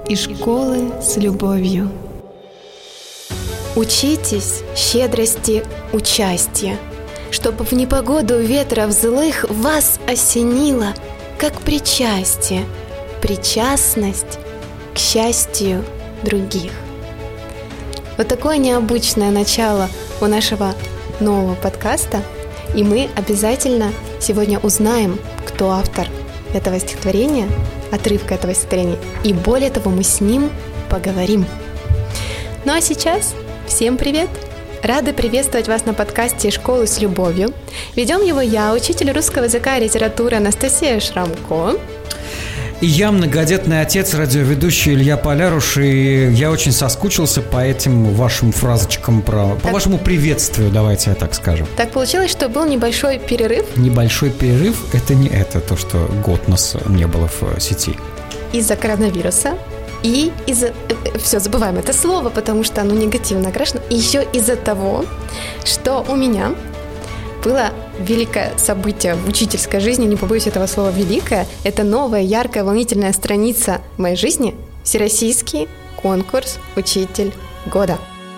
из школы с любовью. Учитесь щедрости участия, чтобы в непогоду ветров злых вас осенило, как причастие, причастность к счастью других. Вот такое необычное начало у нашего нового подкаста, и мы обязательно сегодня узнаем, кто автор этого стихотворения, отрывка этого стихотворения, и более того, мы с ним поговорим. Ну а сейчас всем привет! Рада приветствовать вас на подкасте «Школы с любовью». Ведем его я, учитель русского языка и литературы Анастасия Шрамко. И я многодетный отец, радиоведущий Илья Поляруш, и я очень соскучился по этим вашим фразочкам, по вашему приветствию, давайте я так скажем. Так получилось, что был небольшой перерыв. Небольшой перерыв – это не то, что год нас не было в сети. Из-за коронавируса и из-за... Все, забываем это слово, потому что оно негативно окрашено. И еще из-за того, что у меня было великое событие в учительской жизни, не побоюсь этого слова «великое». Это новая, яркая, волнительная страница в моей жизни – всероссийский конкурс «Учитель года».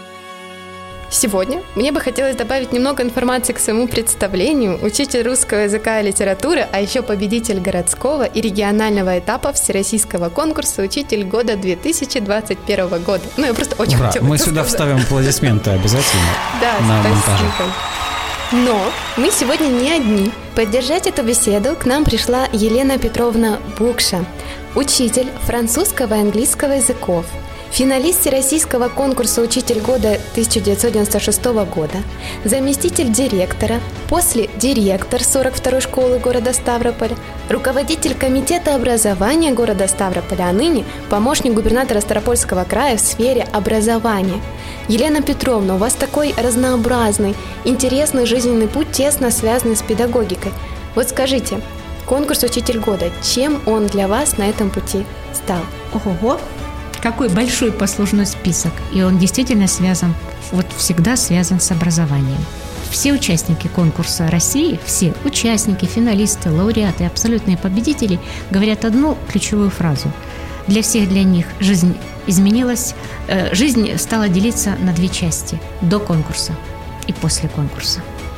Сегодня мне бы хотелось добавить немного информации к своему представлению. Учитель русского языка и литературы, а еще победитель городского и регионального этапа всероссийского конкурса «Учитель года» 2021 года. Ну, я просто очень хотела мы сюда вставим аплодисменты обязательно. Да, спасибо. Но мы сегодня не одни. Поддержать эту беседу к нам пришла Елена Петровна Букша, учитель французского и английского языков, финалист всероссийского конкурса «Учитель года» 1996 года, заместитель директора, после директор 42-й школы города Ставрополь, руководитель комитета образования города Ставрополя, а ныне помощник губернатора Ставропольского края в сфере образования. Елена Петровна, у вас такой разнообразный, интересный жизненный путь, тесно связанный с педагогикой. Вот скажите, конкурс «Учитель года», чем он для вас на этом пути стал? Ого! Какой большой послужной список, и он действительно связан, всегда связан с образованием. Все участники конкурса России, все участники, финалисты, лауреаты, абсолютные победители говорят одну ключевую фразу. Для всех для них жизнь изменилась, жизнь стала делиться на две части – до конкурса и после конкурса.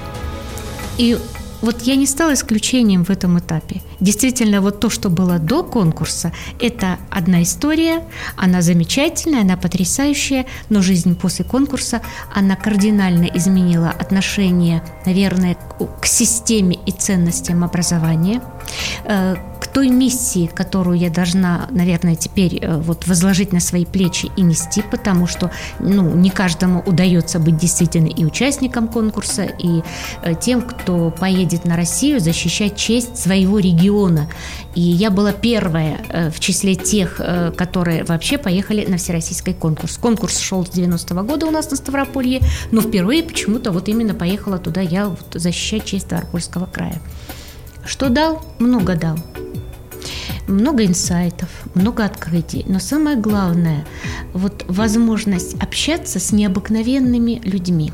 И я не стала исключением в этом этапе. Действительно, то, что было до конкурса, это одна история, она замечательная, она потрясающая, но жизнь после конкурса, она кардинально изменила отношение, наверное, к системе и ценностям образования, к той миссии, которую я должна, наверное, теперь возложить на свои плечи и нести, потому что не каждому удается быть действительно и участником конкурса, и тем, кто поедет на Россию защищать честь своего региона. И я была первая в числе тех, которые вообще поехали на всероссийский конкурс. Конкурс шел с 90-го года у нас на Ставрополье, но впервые почему-то именно поехала туда я защищать честь Ставропольского края. Что дал? Много дал. Много инсайтов, много открытий. Но самое главное, возможность общаться с необыкновенными людьми,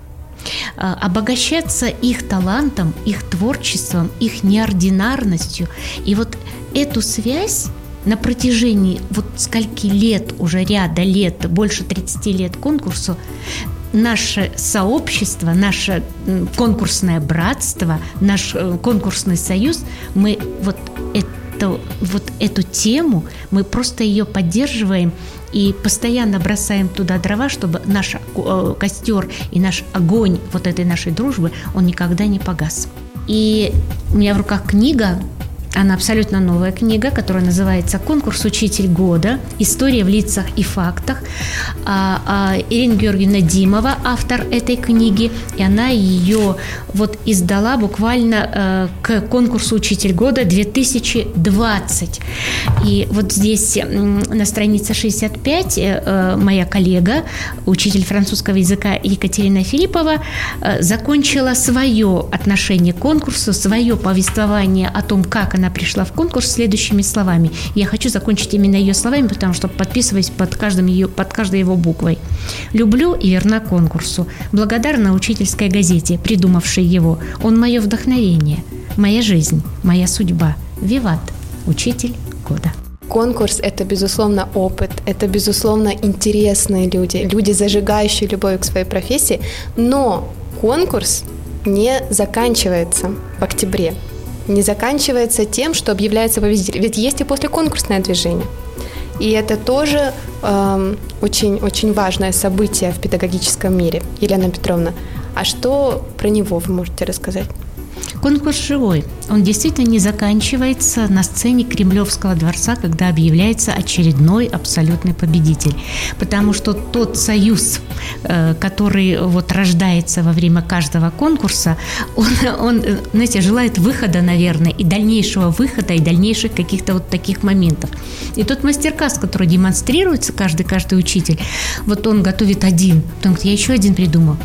обогащаться их талантом, их творчеством, их неординарностью. И эту связь на протяжении скольки лет, уже ряда лет, больше 30 лет конкурсу, наше сообщество, наше конкурсное братство, наш конкурсный союз, мы эту тему, мы просто ее поддерживаем и постоянно бросаем туда дрова, чтобы наш костер и наш огонь этой нашей дружбы, он никогда не погас. И у меня в руках книга. Она абсолютно новая книга, которая называется «Конкурс «Учитель года. История в лицах и фактах». Ирина Георгиевна Димова, автор этой книги, и она ее издала буквально к конкурсу «Учитель года» 2020. И здесь на странице 65 моя коллега, учитель французского языка Екатерина Филиппова, закончила свое отношение к конкурсу, свое повествование о том, как она пришла в конкурс, следующими словами. Я хочу закончить именно ее словами, потому что подписываюсь под каждой его буквой. «Люблю и верна конкурсу. Благодарна учительской газете, придумавшей его. Он мое вдохновение, моя жизнь, моя судьба. Виват. Учитель года». конкурс – это, безусловно, опыт, это, безусловно, интересные люди, зажигающие любовь к своей профессии, но конкурс не заканчивается в октябре, не заканчивается тем, что объявляется победитель, ведь есть и послеконкурсное движение. И это тоже очень важное событие в педагогическом мире. Елена Петровна, а что про него вы можете рассказать? Конкурс живой. Он действительно не заканчивается на сцене Кремлевского дворца, когда объявляется очередной абсолютный победитель. Потому что тот союз, который вот рождается во время каждого конкурса, он, знаете, желает выхода, наверное, и дальнейшего выхода, и дальнейших каких-то вот таких моментов. И тот мастер-класс, который демонстрируется каждый учитель, вот он готовит один, потом говорит, я еще один придумал,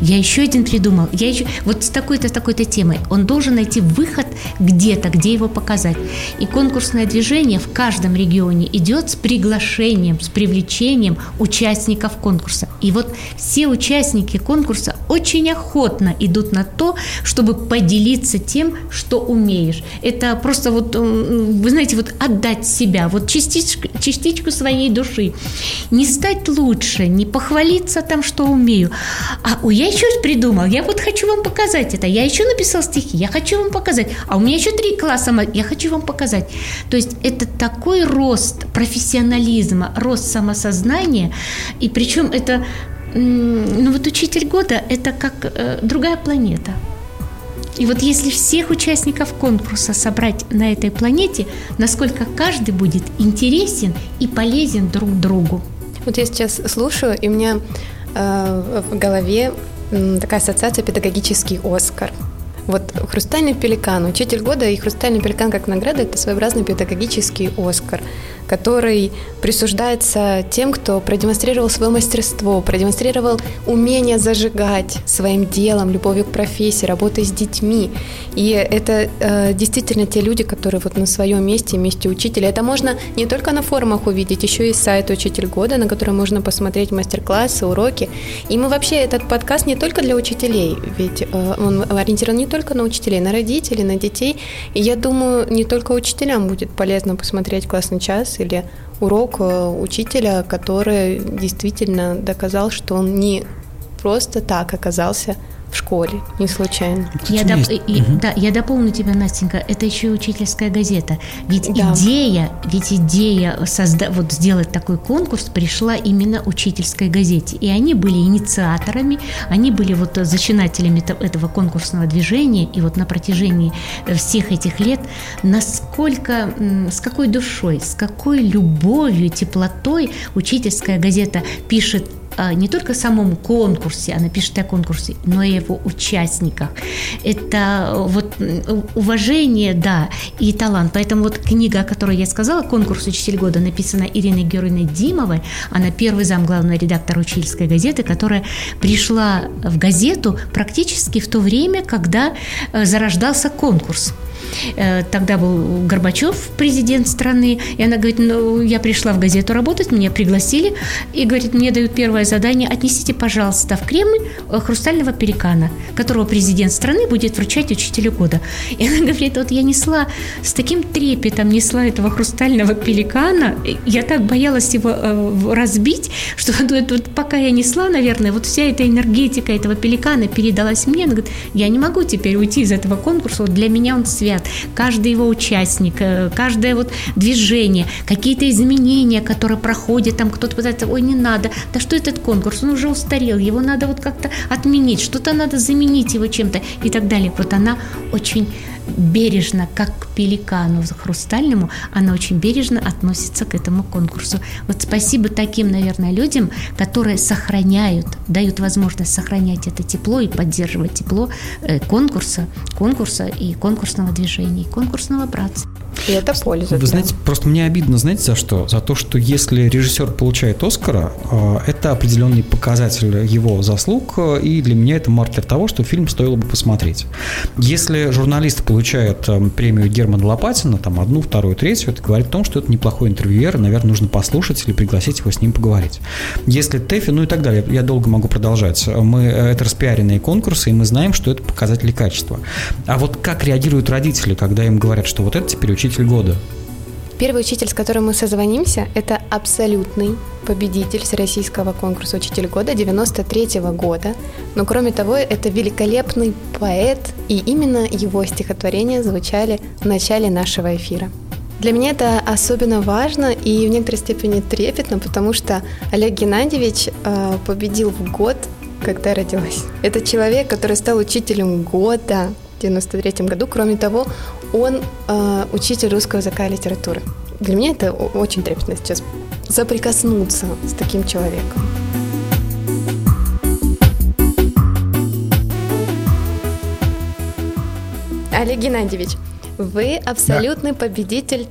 вот с такой-то темой. Он должен найти выход где-то, где его показать. И конкурсное движение в каждом регионе идет с приглашением, с привлечением участников конкурса. И вот все участники конкурса очень охотно идут на то, чтобы поделиться тем, что умеешь. Это просто вот, вы знаете, вот отдать себя, вот частичку своей души. Не стать лучше, не похвалиться там, что умею. Я еще придумал, я вот хочу вам показать это, я еще написал стихи, я хочу вам показать, а у меня еще 3 класса, я хочу вам показать. То есть это такой рост профессионализма, рост самосознания, и причем это, вот учитель года – это как другая планета. И вот если всех участников конкурса собрать на этой планете, насколько каждый будет интересен и полезен друг другу. Вот я сейчас слушаю, и у меня в голове такая ассоциация «Педагогический Оскар». Вот «Хрустальный пеликан», «Учитель года» и «Хрустальный пеликан» как награда – это своеобразный педагогический «Оскар», который присуждается тем, кто продемонстрировал свое мастерство, продемонстрировал умение зажигать своим делом, любовью к профессии, работой с детьми. И это действительно те люди, которые вот на своем месте учителя. Это можно не только на форумах увидеть, еще и сайт «Учитель года», на котором можно посмотреть мастер-классы, уроки. И мы вообще, этот подкаст не только для учителей, ведь он ориентирован не только на учителей, на родителей, на детей. И я думаю, не только учителям будет полезно посмотреть классный час или урок учителя, который действительно доказал, что он не просто так оказался в школе, не случайно. Я дополню тебя, Настенька, это еще и учительская газета. Ведь идея сделать такой конкурс пришла именно учительской газете. И они были инициаторами, они были вот зачинателями этого конкурсного движения. И вот на протяжении всех этих лет насколько, с какой душой, с какой любовью, теплотой учительская газета пишет не только о самом конкурсе, она пишет о конкурсе, но и о его участниках. Это вот уважение, да, и талант. Поэтому вот книга, о которой я сказала, «Конкурс «Учитель года», написана Ириной Георгиевной Димовой. Она первый замглавного редактора учительской газеты, которая пришла в газету практически в то время, когда зарождался конкурс. Тогда был Горбачев, президент страны, и она говорит, я пришла в газету работать, меня пригласили, и говорит, мне дают первое задание, отнесите, пожалуйста, в Кремль хрустального пеликана, которого президент страны будет вручать учителю года. И она говорит, вот я несла, с таким трепетом несла этого хрустального пеликана, я так боялась его разбить, что вот пока я несла, наверное, вот вся эта энергетика этого пеликана передалась мне. Она говорит, я не могу теперь уйти из этого конкурса, вот для меня он свят. Каждый его участник, каждое вот движение, какие-то изменения, которые проходят, там кто-то пытается, ой, не надо, да что этот конкурс, он уже устарел, его надо вот как-то отменить, что-то надо заменить его чем-то и так далее. Вот она очень бережно, как к пеликану хрустальному, она очень бережно относится к этому конкурсу. Вот спасибо таким, наверное, людям, которые сохраняют, дают возможность сохранять это тепло и поддерживать тепло конкурса и конкурсного движения, и конкурсного братства. И это польза. Вы знаете, просто мне обидно, знаете, за что? За то, что если режиссер получает Оскара, это определенный показатель его заслуг, и для меня это маркер того, что фильм стоило бы посмотреть. Если журналист получает премию Германа Лопатина, там 1, 2, 3, это говорит о том, что это неплохой интервьюер, наверное, нужно послушать или пригласить его с ним поговорить. Если ТЭФИ, и так далее, я долго могу продолжать. Это распиаренные конкурсы, и мы знаем, что это показатели качества. А вот как реагируют родители, когда им говорят, что вот это теперь учитель года? Первый учитель, с которым мы созвонимся, это абсолютный победитель Всероссийского конкурса «Учитель года» 93-го года. Но кроме того, это великолепный поэт, и именно его стихотворения звучали в начале нашего эфира. Для меня это особенно важно и в некоторой степени трепетно, потому что Олег Геннадьевич победил в год, когда я родилась. Это человек, который стал учителем года в 93-м году. Кроме того, он учитель русского языка и литературы. Для меня это очень трепетно сейчас соприкоснуться с таким человеком. Олег Геннадьевич, вы абсолютный победитель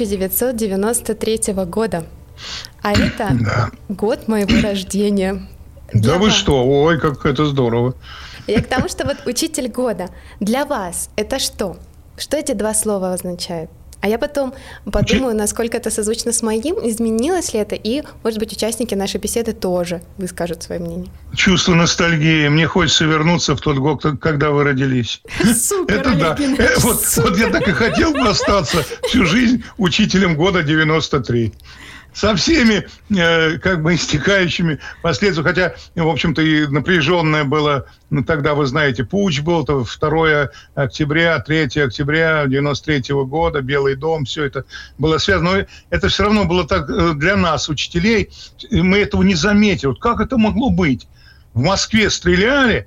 1993 года. А это год моего рождения. Да вы что? Ой, как это здорово. Я к тому, что вот учитель года. Для вас это что? Что эти два слова означают? А я потом подумаю, насколько это созвучно с моим, изменилось ли это, и, может быть, участники нашей беседы тоже выскажут свое мнение. Чувство ностальгии. Мне хочется вернуться в тот год, когда вы родились. Супер, это да. Вот я так и хотел бы остаться всю жизнь учителем года 93. Со всеми как бы истекающими последствиями. Хотя, в общем-то, и напряженное было, тогда, вы знаете, путч был, 2 октября, 3 октября 93 года, Белый дом, все это было связано. Но это все равно было так для нас, учителей, мы этого не заметили. Вот как это могло быть? В Москве стреляли,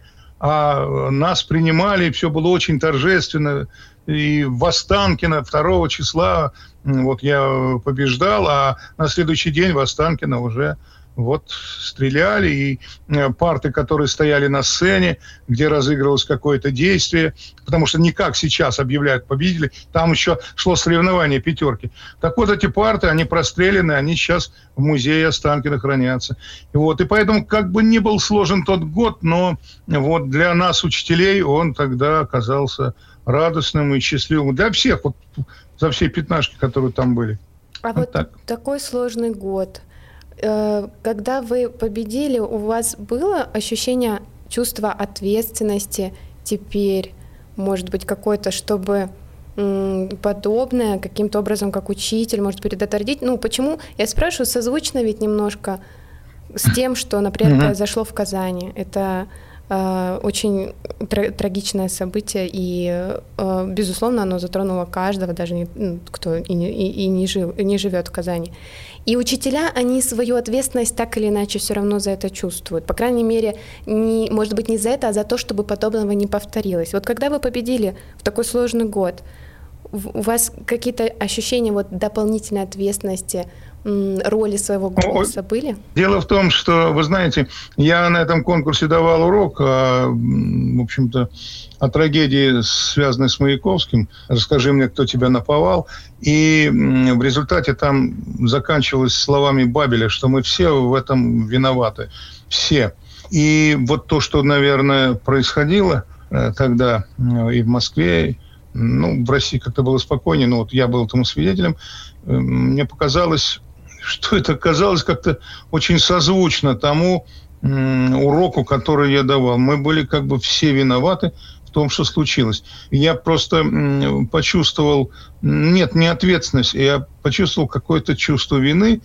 а нас принимали, все было очень торжественно. И в Останкино 2 числа вот я побеждал, а на следующий день в Останкино уже вот стреляли. И парты, которые стояли на сцене, где разыгрывалось какое-то действие, потому что не как сейчас объявляют победителей, там еще шло соревнование пятерки. Так вот, эти парты, они прострелены, они сейчас в музее Останкино хранятся. И поэтому как бы не был сложен тот год, но вот для нас, учителей, он тогда оказался радостным и счастливым. Для всех, вот за все пятнашки, которые там были. А вот так. Такой сложный год. Когда вы победили, у вас было ощущение чувства ответственности теперь, может быть, какое-то, чтобы подобное каким-то образом, как учитель, может предотвратить? Почему? Я спрашиваю, созвучно ведь немножко с тем, что, например, произошло в Казани. Это очень трагичное событие, и, безусловно, оно затронуло каждого, даже кто не живет в Казани. И учителя, они свою ответственность так или иначе все равно за это чувствуют. По крайней мере, может быть, не за это, а за то, чтобы подобного не повторилось. Вот когда вы победили в такой сложный год, у вас какие-то ощущения дополнительной ответственности, роли своего голоса были? Дело в том, что, вы знаете, я на этом конкурсе давал урок, в общем-то, о трагедии, связанной с Маяковским. «Расскажи мне, кто тебя наповал». И в результате там заканчивалось словами Бабеля, что мы все в этом виноваты. Все. И вот то, что, наверное, происходило тогда и в Москве, в России как-то было спокойнее, но вот я был этому свидетелем, мне показалось, что это казалось как-то очень созвучно тому уроку, который я давал. Мы были как бы все виноваты в том, что случилось. И я просто почувствовал, не ответственность, я почувствовал какое-то чувство вины,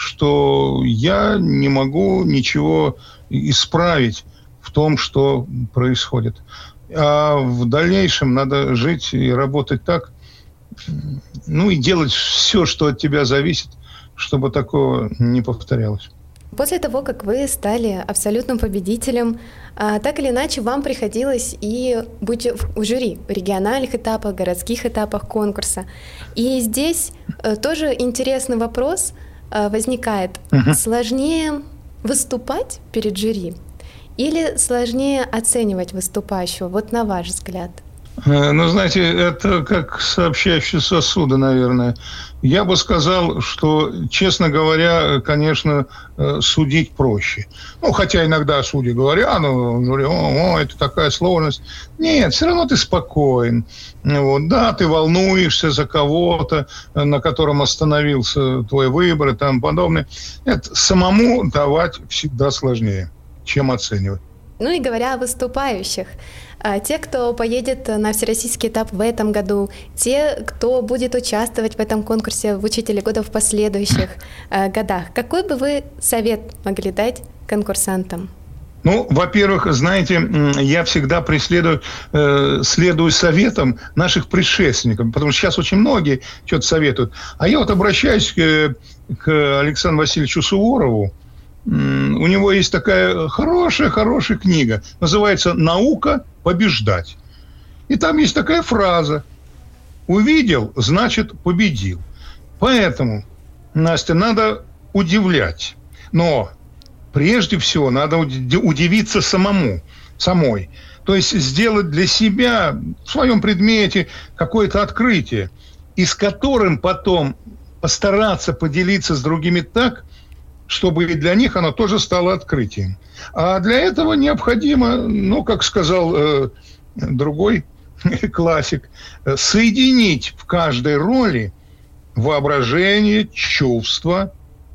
что я не могу ничего исправить в том, что происходит. А в дальнейшем надо жить и работать так, и делать все, что от тебя зависит, чтобы такого не повторялось. После того, как вы стали абсолютным победителем, так или иначе вам приходилось и быть в жюри в региональных этапах, городских этапах конкурса. И здесь тоже интересный вопрос возникает. Сложнее выступать перед жюри или сложнее оценивать выступающего, на ваш взгляд? Знаете, это как сообщающие сосуды, наверное. Я бы сказал, что, честно говоря, конечно, судить проще. Хотя иногда судьи говорят, это такая сложность. Нет, все равно ты спокоен. Да, ты волнуешься за кого-то, на котором остановился твой выбор и тому подобное. Это самому давать всегда сложнее, чем оценивать. Ну и говоря о выступающих, те, кто поедет на всероссийский этап в этом году, те, кто будет участвовать в этом конкурсе в «Учителе года» в последующих годах, какой бы вы совет могли дать конкурсантам? Ну, во-первых, знаете, я всегда следую советам наших предшественников, потому что сейчас очень многие что-то советуют. А я вот обращаюсь к Александру Васильевичу Суворову. У него есть такая хорошая книга, называется «Наука побеждать». И там есть такая фраза: «Увидел, значит, победил». Поэтому, Настя, надо удивлять. Но прежде всего надо удивиться самой. То есть сделать для себя в своем предмете какое-то открытие, и с которым потом постараться поделиться с другими так, чтобы и для них оно тоже стало открытием. А для этого необходимо, ну, как сказал другой классик, соединить в каждой роли воображение, чувство,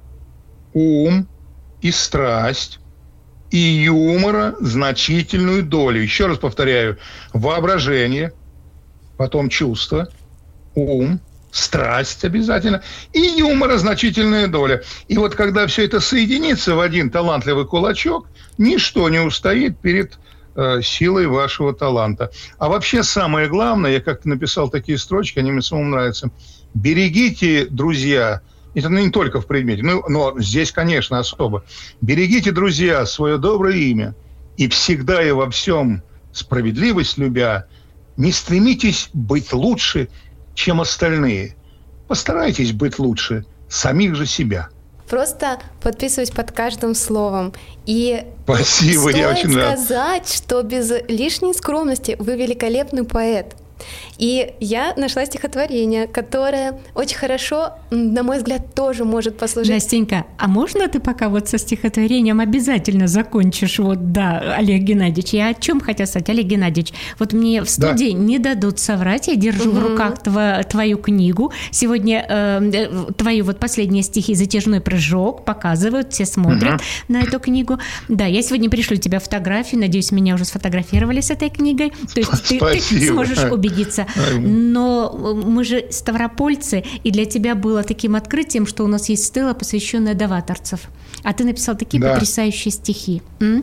ум и страсть, и юмора значительную долю. Еще раз повторяю: воображение, потом чувство, ум, страсть обязательно, и юмора значительная доля. И вот когда все это соединится в один талантливый кулачок, ничто не устоит перед силой вашего таланта. А вообще самое главное, я как-то написал такие строчки, они мне самому нравятся: берегите, друзья, это не только в предмете, но здесь, конечно, особо. Берегите, друзья, свое доброе имя, и всегда и во всем справедливость любя, не стремитесь быть лучше, чем остальные. Постарайтесь быть лучше самих же себя. Просто подписываюсь под каждым словом. И спасибо, стоит я очень рад сказать, что без лишней скромности вы великолепный поэт. И я нашла стихотворение, которое очень хорошо, на мой взгляд, тоже может послужить. Настенька, а можно ты пока вот со стихотворением обязательно закончишь? Вот, да, Олег Геннадьевич, я о чем хотела сказать? Олег Геннадьевич, вот мне в студии не дадут соврать, я держу в руках твою книгу. Сегодня твои вот последние стихи «Затяжной прыжок» показывают, все смотрят на эту книгу. Да, я сегодня пришлю тебе фотографию, надеюсь, меня уже сфотографировали с этой книгой. То есть ты сможешь убедиться. Но мы же ставропольцы, и для тебя было таким открытием, что у нас есть стела, посвященная Даваторцев. А ты написал такие потрясающие стихи.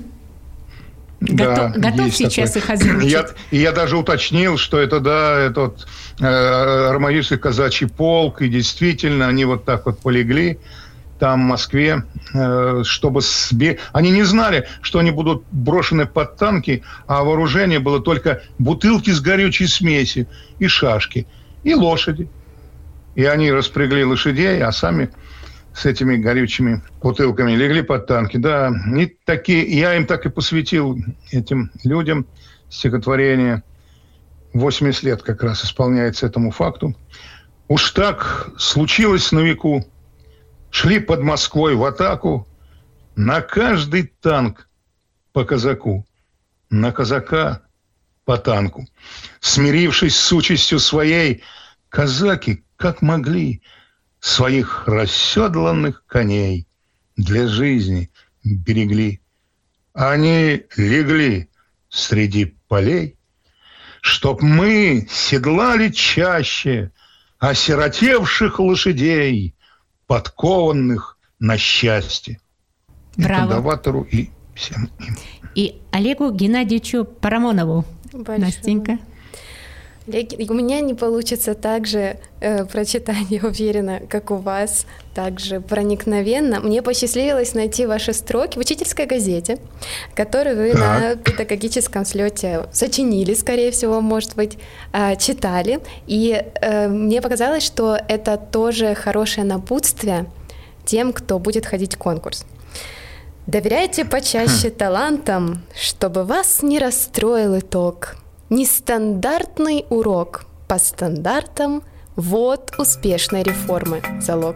Готов сейчас их озвучить? Я даже уточнил, что это Армавирский казачий полк, и действительно они вот так вот полегли там, в Москве, чтобы они не знали, что они будут брошены под танки, а вооружение было только бутылки с горючей смесью и шашки, и лошади. И они распрягли лошадей, а сами с этими горючими бутылками легли под танки. Да, я им так и посвятил, этим людям, стихотворение. 80 лет как раз исполняется этому факту. Уж так случилось на веку. Шли под Москвой в атаку, на каждый танк по казаку, на казака по танку. Смирившись с участью своей, казаки, как могли, своих расседланных коней для жизни берегли. Они легли среди полей, чтоб мы седлали чаще осиротевших лошадей, подкованных на счастье. Браво. Это Даватору и всем им. И Олегу Геннадьевичу Парамонову. Большое. Настенька. У меня не получится так же прочитать, я уверена, как у вас, так же проникновенно. Мне посчастливилось найти ваши строки в учительской газете, которую вы на педагогическом слете сочинили, скорее всего, может быть, читали. И мне показалось, что это тоже хорошее напутствие тем, кто будет ходить в конкурс. Доверяйте почаще талантам, чтобы вас не расстроил итог. Нестандартный урок по стандартам – вот успешной реформы залог.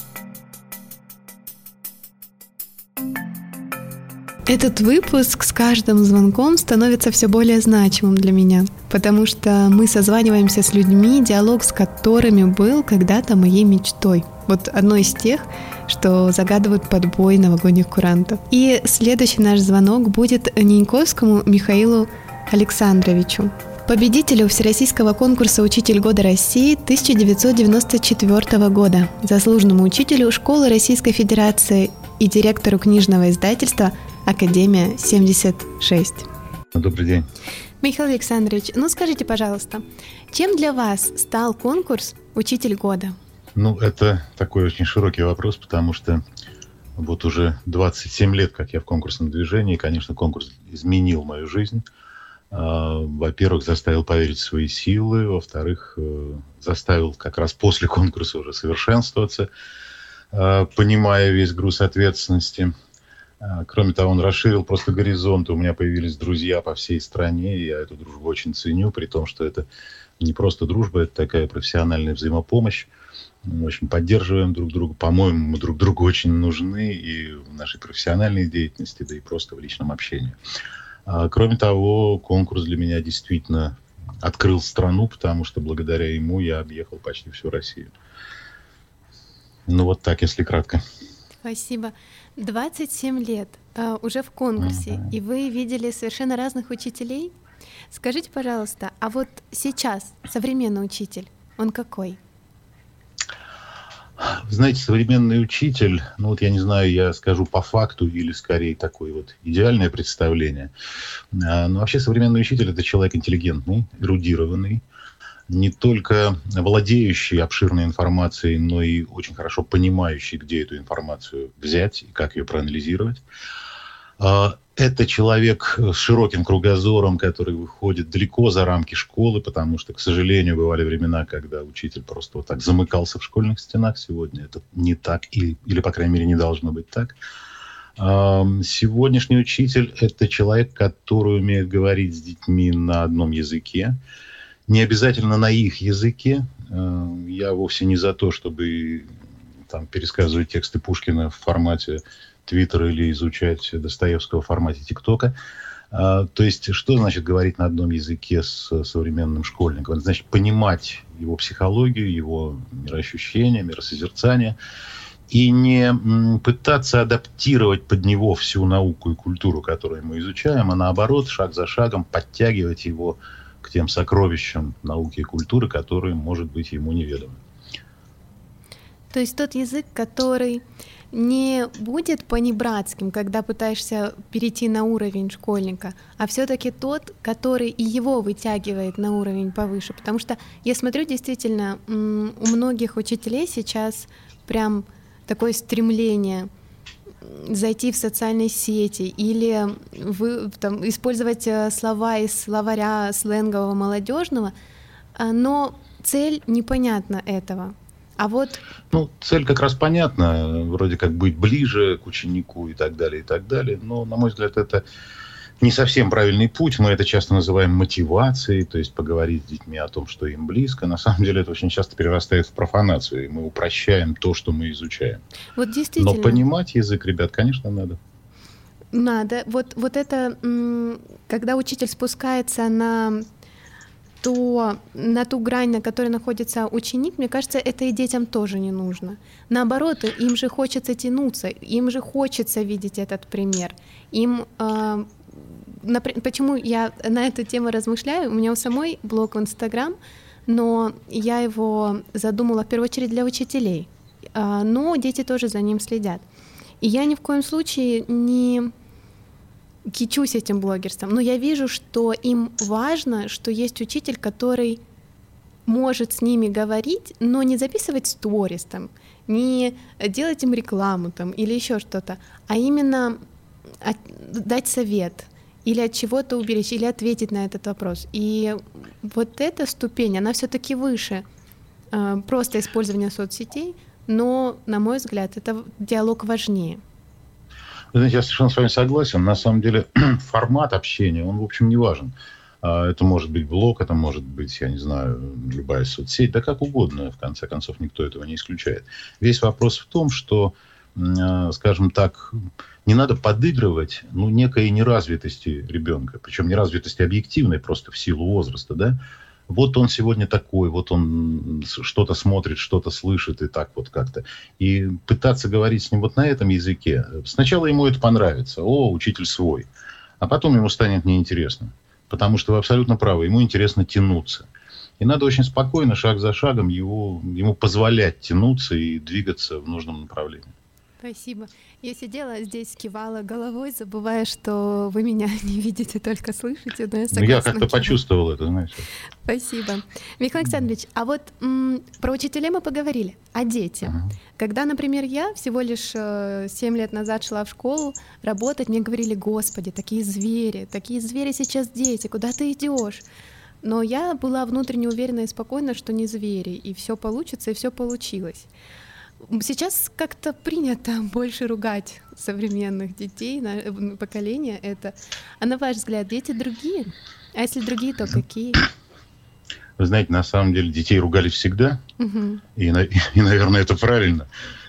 Этот выпуск с каждым звонком становится все более значимым для меня, потому что мы созваниваемся с людьми, диалог с которыми был когда-то моей мечтой. Вот одно из тех, что загадывают подбой новогодних курантов. И следующий наш звонок будет Ниньковскому Михаилу Александровичу, победителю Всероссийского конкурса «Учитель года России» 1994 года, заслуженному учителю Школы Российской Федерации и директору книжного издательства «Академия 76». Добрый день. Михаил Александрович, скажите, пожалуйста, чем для вас стал конкурс «Учитель года»? Это такой очень широкий вопрос, потому что вот уже 27 лет, как я в конкурсном движении, и, конечно, конкурс изменил мою жизнь. Во-первых, заставил поверить в свои силы, во-вторых, заставил как раз после конкурса уже совершенствоваться, понимая весь груз ответственности. Кроме того, он расширил просто горизонты. У меня появились друзья по всей стране, и я эту дружбу очень ценю, при том, что это не просто дружба, это такая профессиональная взаимопомощь. Мы очень поддерживаем друг друга. По-моему, мы друг другу очень нужны и в нашей профессиональной деятельности, да и просто в личном общении. Кроме того, конкурс для меня действительно открыл страну, потому что благодаря ему я объехал почти всю Россию. Вот так, если кратко. Спасибо. 27 лет уже в конкурсе, и вы видели совершенно разных учителей. Скажите, пожалуйста, а вот сейчас современный учитель, он какой? Вы знаете, современный учитель, я не знаю, я скажу по факту или скорее такое идеальное представление. Но вообще современный учитель – это человек интеллигентный, эрудированный, не только владеющий обширной информацией, но и очень хорошо понимающий, где эту информацию взять и как ее проанализировать. Это человек с широким кругозором, который выходит далеко за рамки школы, потому что, к сожалению, бывали времена, когда учитель просто вот так замыкался в школьных стенах. Сегодня это не так, или по крайней мере, не должно быть так. Сегодняшний учитель – это человек, который умеет говорить с детьми на одном языке, не обязательно на их языке. Я вовсе не за то, чтобы пересказывать тексты Пушкина в формате Твиттера или изучать Достоевского в формате ТикТока. То есть, что значит говорить на одном языке с современным школьником? Это значит понимать его психологию, его мироощущение, миросозерцание, и не пытаться адаптировать под него всю науку и культуру, которую мы изучаем, а наоборот, шаг за шагом подтягивать его к тем сокровищам науки и культуры, которые, может быть, ему неведомы. То есть тот язык, который не будет понебратским, когда пытаешься перейти на уровень школьника, а все-таки тот, который и его вытягивает на уровень повыше. Потому что я смотрю, действительно, у многих учителей сейчас прям такое стремление зайти в социальные сети или использовать слова из словаря сленгового молодежного, но цель непонятна этого. А вот... цель как раз понятна, вроде как быть ближе к ученику и так далее, но, на мой взгляд, это не совсем правильный путь. Мы это часто называем мотивацией, то есть поговорить с детьми о том, что им близко. На самом деле это очень часто перерастает в профанацию, и мы упрощаем то, что мы изучаем. Вот действительно. Но понимать язык, ребят, конечно, надо. Надо. Вот это, когда учитель спускается на ту грань, на которой находится ученик, мне кажется, это и детям тоже не нужно. Наоборот, им же хочется тянуться, им же хочется видеть этот пример. Почему я на эту тему размышляю? У меня у самой блог в Инстаграм, но я его задумала в первую очередь для учителей. Но дети тоже за ним следят. И я ни в коем случае не кичусь этим блогерством, но я вижу, что им важно, что есть учитель, который может с ними говорить, но не записывать сторис, не делать им рекламу или еще что-то, а именно дать совет или от чего-то уберечь, или ответить на этот вопрос. И вот эта ступень, она все-таки выше просто использования соцсетей, но, на мой взгляд, это диалог важнее. Вы знаете, я совершенно с вами согласен. На самом деле формат общения, он, в общем, не важен. Это может быть блог, это может быть, я не знаю, любая соцсеть, да как угодно, в конце концов, никто этого не исключает. Весь вопрос в том, что, скажем так, не надо подыгрывать некой неразвитости ребенка, причем неразвитости объективной, просто в силу возраста, да. вот он сегодня такой, вот он что-то смотрит, что-то слышит и так вот как-то. И пытаться говорить с ним вот на этом языке. Сначала ему это понравится. О, учитель свой. А потом ему станет неинтересно. Потому что вы абсолютно правы. Ему интересно тянуться. И надо очень спокойно, шаг за шагом, ему позволять тянуться и двигаться в нужном направлении. Спасибо. Я сидела здесь, кивала головой, забывая, что вы меня не видите, только слышите, но я согласна. Я как-то почувствовал это, знаете. Спасибо. Михаил Александрович, а вот про учителей мы поговорили, а дети? Когда, например, я всего лишь 7 лет назад шла в школу работать, мне говорили: Господи, такие звери сейчас дети, куда ты идешь? Но я была внутренне уверена и спокойна, что не звери, и все получится, и все получилось. Сейчас как-то принято больше ругать современных детей, поколение это. А на ваш взгляд, дети другие? А если другие, то какие? Вы знаете, на самом деле детей ругали всегда, и, наверное, это правильно,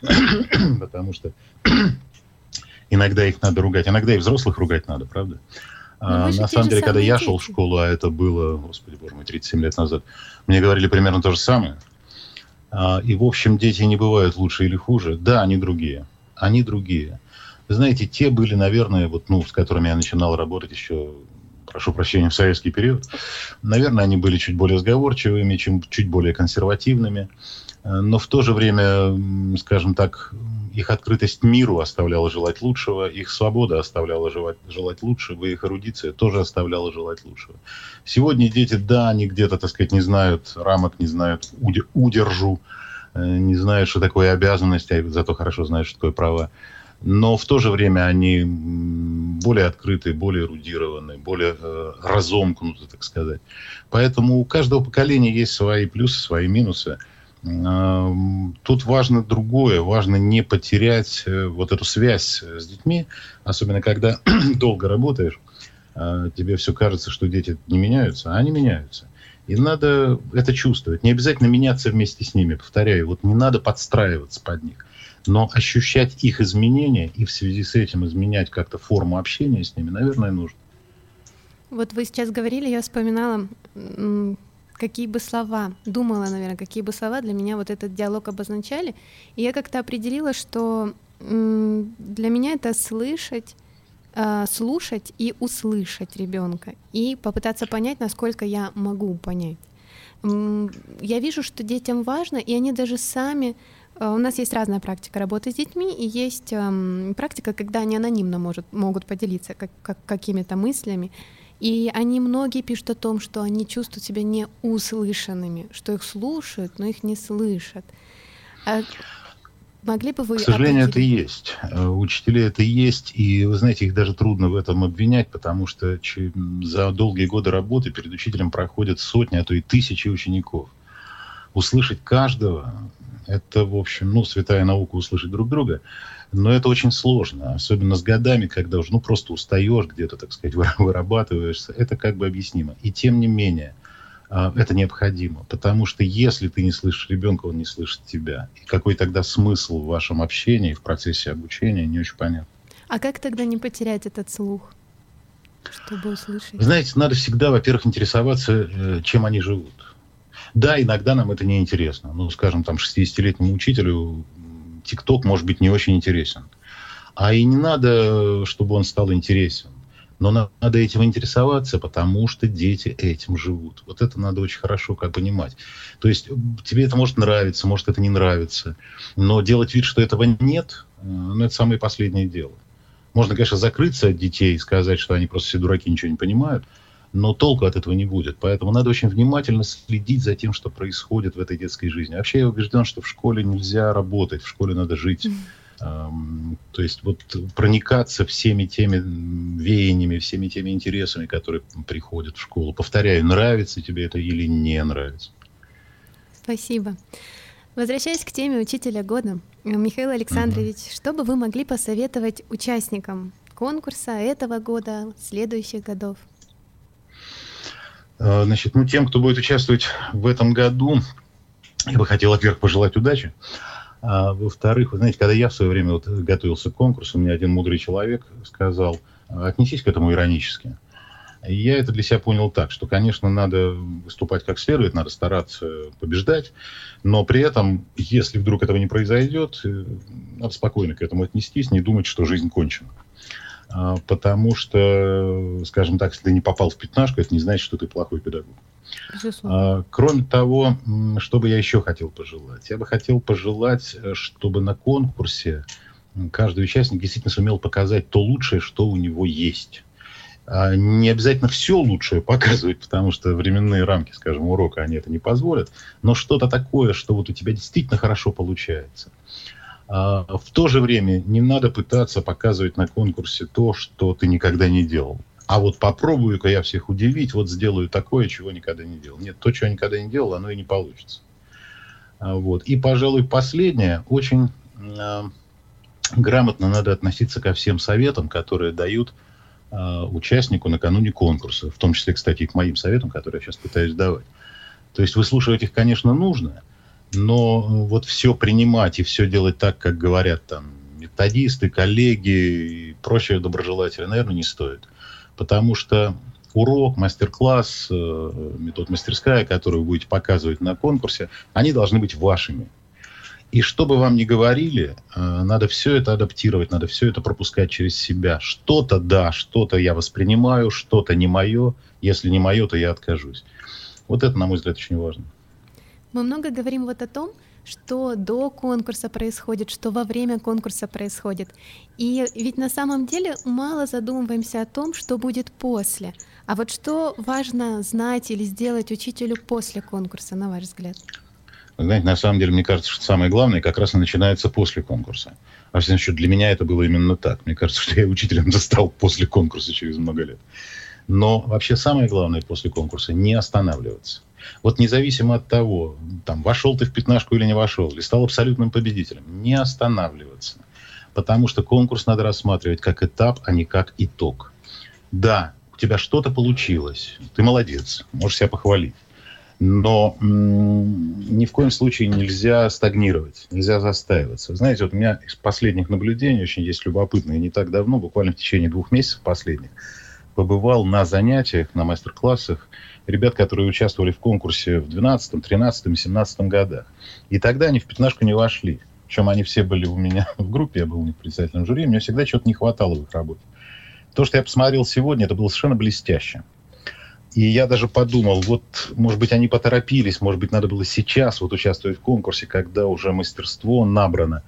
потому что иногда их надо ругать, иногда и взрослых ругать надо, правда? На самом деле, когда я шел в школу, а это было, господи боже мой, 37 лет назад, мне говорили примерно то же самое. И, в общем, дети не бывают лучше или хуже. Да, они другие. Они другие. Вы знаете, те были, наверное, с которыми я начинал работать еще, прошу прощения, в советский период. Наверное, они были чуть более сговорчивыми, чуть более консервативными. Но в то же время, скажем так, их открытость миру оставляла желать лучшего, их свобода оставляла желать лучшего, их эрудиция тоже оставляла желать лучшего. Сегодня дети, да, они где-то, так сказать, не знают рамок, не знают удержу, не знают, что такое обязанность, а зато хорошо знают, что такое права. Но в то же время они более открыты, более эрудированы, более разомкнуты, так сказать. Поэтому у каждого поколения есть свои плюсы, свои минусы. Тут важно другое, важно не потерять вот эту связь с детьми, особенно когда долго работаешь, тебе все кажется, что дети не меняются, а они меняются. И надо это чувствовать. Не обязательно меняться вместе с ними, повторяю, вот не надо подстраиваться под них, но ощущать их изменения и в связи с этим изменять как-то форму общения с ними, наверное, нужно. Вот вы сейчас говорили, я вспоминала... какие бы слова, думала, наверное, какие бы слова для меня вот этот диалог обозначали. И я как-то определила, что для меня это слушать и услышать ребенка и попытаться понять, насколько я могу понять. Я вижу, что детям важно, и они даже сами... У нас есть разная практика работы с детьми, и есть практика, когда они анонимно могут поделиться какими-то мыслями. И они многие пишут о том, что они чувствуют себя неуслышанными, что их слушают, но их не слышат. Могли бы вы... К сожалению, это и есть. У учителей это и есть. И, вы знаете, их даже трудно в этом обвинять, потому что за долгие годы работы перед учителем проходят сотни, а то и тысячи учеников. Услышать каждого — это, в общем, святая наука услышать друг друга. Но это очень сложно, особенно с годами, когда уже просто устаешь где-то, так сказать, вырабатываешься. Это как бы объяснимо. И тем не менее, это необходимо. Потому что если ты не слышишь ребенка, он не слышит тебя. И какой тогда смысл в вашем общении, в процессе обучения, не очень понятно. А как тогда не потерять этот слух, чтобы услышать? Вы знаете, надо всегда, во-первых, интересоваться, чем они живут. Да, иногда нам это неинтересно. Скажем, 60-летнему учителю ТикТок может быть не очень интересен. А и не надо, чтобы он стал интересен. Но надо этим интересоваться, потому что дети этим живут. Вот это надо очень хорошо понимать. То есть тебе это может нравиться, может это не нравится. Но делать вид, что этого нет, это самое последнее дело. Можно, конечно, закрыться от детей и сказать, что они просто все дураки, ничего не понимают. Но толку от этого не будет. Поэтому надо очень внимательно следить за тем, что происходит в этой детской жизни. Вообще я убежден, что в школе нельзя работать, в школе надо жить. То есть проникаться всеми теми веяниями, всеми теми интересами, которые приходят в школу. Повторяю, нравится тебе это или не нравится. Спасибо. Возвращаясь к теме учителя года, Михаил Александрович, что бы вы могли посоветовать участникам конкурса этого года, следующих годов? Значит, тем, кто будет участвовать в этом году, я бы хотел, во-первых, пожелать удачи. А во-вторых, вы знаете, когда я в свое время готовился к конкурсу, мне один мудрый человек сказал: отнесись к этому иронически. И я это для себя понял так, что, конечно, надо выступать как следует, надо стараться побеждать, но при этом, если вдруг этого не произойдет, надо спокойно к этому отнестись, не думать, что жизнь кончена. Потому что, скажем так, если ты не попал в пятнашку, это не значит, что ты плохой педагог. Кроме того, что бы я еще хотел пожелать? Я бы хотел пожелать, чтобы на конкурсе каждый участник действительно сумел показать то лучшее, что у него есть. Не обязательно все лучшее показывать, потому что временные рамки, скажем, урока, они это не позволят, но что-то такое, что вот у тебя действительно хорошо получается. В то же время не надо пытаться показывать на конкурсе то, что ты никогда не делал. А вот попробую-ка я всех удивить, вот сделаю такое, чего никогда не делал. Нет, то, чего я никогда не делал, оно и не получится. Вот. И, пожалуй, последнее. Очень грамотно надо относиться ко всем советам, которые дают участнику накануне конкурса, в том числе, кстати, и к моим советам, которые я сейчас пытаюсь давать. То есть выслушивать их, конечно, нужно, но вот все принимать и все делать так, как говорят там методисты, коллеги и прочие доброжелатели, наверное, не стоит. Потому что урок, мастер-класс, метод-мастерская, которую вы будете показывать на конкурсе, они должны быть вашими. И что бы вам ни говорили, надо все это адаптировать, надо все это пропускать через себя. Что-то да, что-то я воспринимаю, что-то не мое. Если не мое, то я откажусь. Вот это, на мой взгляд, очень важно. Мы много говорим вот о том, что до конкурса происходит, что во время конкурса происходит. И ведь на самом деле мало задумываемся о том, что будет после. А вот что важно знать или сделать учителю после конкурса, на ваш взгляд? Вы знаете, на самом деле, мне кажется, что самое главное как раз и начинается после конкурса. Во всяком случае, для меня это было именно так. Мне кажется, что я учителем стал после конкурса через много лет. Но вообще самое главное после конкурса — не останавливаться. Вот независимо от того, там, вошел ты в пятнашку или не вошел, или стал абсолютным победителем, не останавливаться. Потому что конкурс надо рассматривать как этап, а не как итог. Да, у тебя что-то получилось, ты молодец, можешь себя похвалить. Но ни в коем случае нельзя стагнировать, нельзя застаиваться. Знаете, вот у меня из последних наблюдений очень есть любопытное. Не так давно, буквально в течение 2 месяцев последних, побывал на занятиях, на мастер-классах ребят, которые участвовали в конкурсе в 12, 13 и 17 годах. И тогда они в пятнашку не вошли. Причем они все были у меня в группе, я был у них председателем жюри, мне всегда чего-то не хватало в их работе. То, что я посмотрел сегодня, это было совершенно блестяще. И я даже подумал, вот, может быть, они поторопились, может быть, надо было сейчас вот участвовать в конкурсе, когда уже мастерство набрано.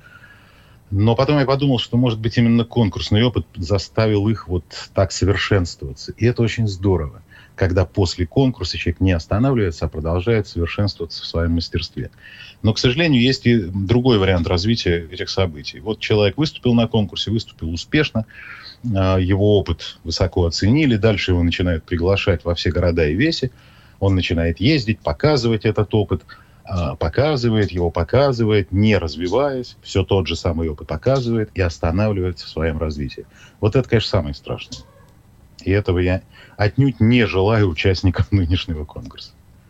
Но потом я подумал, что, может быть, именно конкурсный опыт заставил их вот так совершенствоваться. И это очень здорово, когда после конкурса человек не останавливается, а продолжает совершенствоваться в своем мастерстве. Но, к сожалению, есть и другой вариант развития этих событий. Вот человек выступил на конкурсе, выступил успешно, его опыт высоко оценили, дальше его начинают приглашать во все города и веси, он начинает ездить, показывать этот опыт, показывает, не развиваясь, все тот же самый опыт показывает и останавливается в своем развитии. Вот это, конечно, самое страшное. И этого я отнюдь не желаю участникам нынешнего конкурса.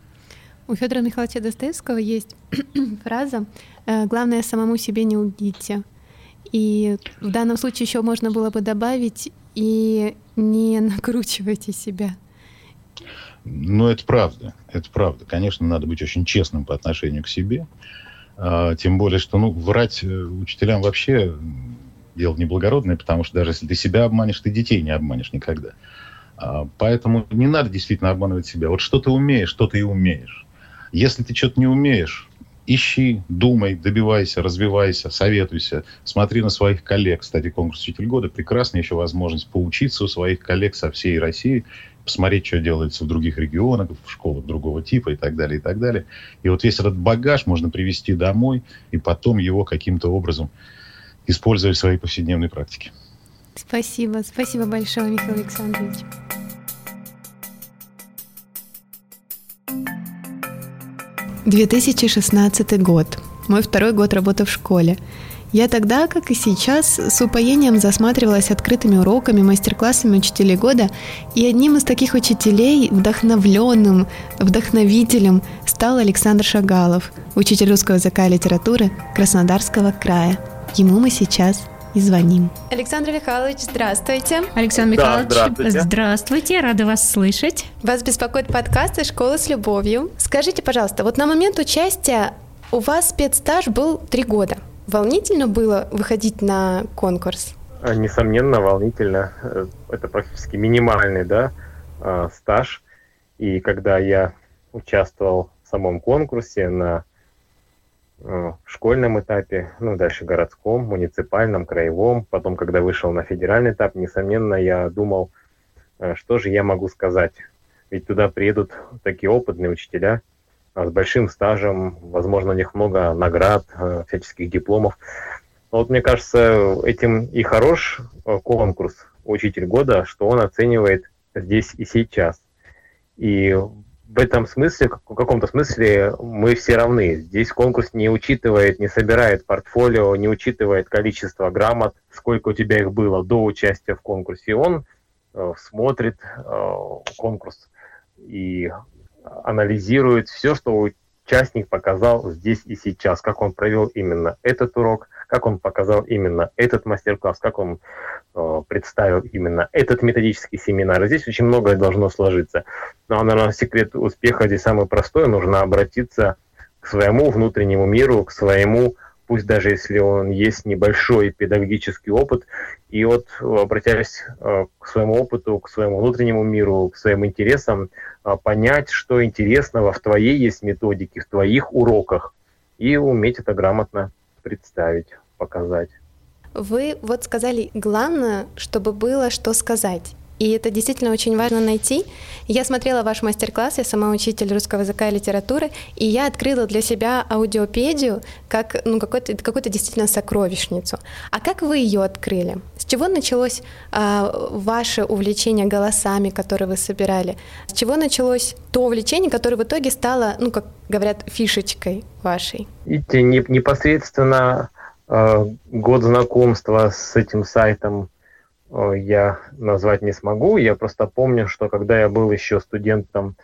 У Федора Михайловича Достоевского есть фраза «Главное, самому себе не лгите». И в данном случае еще можно было бы добавить «и не накручивайте себя». Ну, это правда. Это правда. Конечно, надо быть очень честным по отношению к себе. Тем более, что врать учителям вообще дело неблагородное, потому что даже если ты себя обманешь, ты детей не обманешь никогда. Поэтому не надо действительно обманывать себя. Вот что ты умеешь, что ты и умеешь. Если ты что-то не умеешь, ищи, думай, добивайся, развивайся, советуйся. Смотри на своих коллег. Кстати, конкурс «Учитель года» — прекрасная еще возможность поучиться у своих коллег со всей России, посмотреть, что делается в других регионах, в школах другого типа и так далее, и так далее. И вот весь этот багаж можно привезти домой и потом его каким-то образом использовать в своей повседневной практике. Спасибо. Спасибо большое, Михаил Александрович. «2016 год. Мой 2-й год работы в школе. Я тогда, как и сейчас, с упоением засматривалась открытыми уроками, мастер-классами учителей года, и одним из таких учителей, вдохновленным, вдохновителем, стал Александр Шагалов, учитель русского языка и литературы Краснодарского края. Ему мы сейчас и звоним. Александр Михайлович, здравствуйте. Александр Михайлович, здравствуйте, рада вас слышать. Вас беспокоит подкаст из «Школы с любовью». Скажите, пожалуйста, вот на момент участия у вас спецстаж был 3 года. Волнительно было выходить на конкурс? Несомненно, волнительно. Это практически минимальный, стаж. И когда я участвовал в самом конкурсе на школьном этапе, дальше городском, муниципальном, краевом, потом, когда вышел на федеральный этап, несомненно, я думал, что же я могу сказать. Ведь туда приедут такие опытные учителя с большим стажем, возможно, у них много наград, всяческих дипломов. Но вот мне кажется, этим и хорош конкурс «Учитель года», что он оценивает здесь и сейчас. И в этом смысле, в каком-то смысле, мы все равны. Здесь конкурс не учитывает, не собирает портфолио, не учитывает количество грамот, сколько у тебя их было до участия в конкурсе. Он смотрит конкурс и анализирует все, что участник показал здесь и сейчас, как он провел именно этот урок, как он показал именно этот мастер-класс, как он представил именно этот методический семинар. И здесь очень многое должно сложиться. Но, наверное, секрет успеха здесь самый простой. Нужно обратиться к своему внутреннему миру, к своему, пусть даже если он есть небольшой педагогический опыт, и вот, обратясь к своему опыту, к своему внутреннему миру, к своим интересам, понять, что интересного в твоей есть методике, в твоих уроках, и уметь это грамотно представить, показать. Вы вот сказали, главное, чтобы было что сказать. И это действительно очень важно найти. Я смотрела ваш мастер-класс, я сама учитель русского языка и литературы, и я открыла для себя аудиопедию как какую-то действительно сокровищницу. А как вы ее открыли? С чего началось ваше увлечение голосами, которые вы собирали? С чего началось то увлечение, которое в итоге стало, как говорят, фишечкой вашей? Видите, непосредственно год знакомства с этим сайтом я назвать не смогу. Я просто помню, что когда я был еще студентом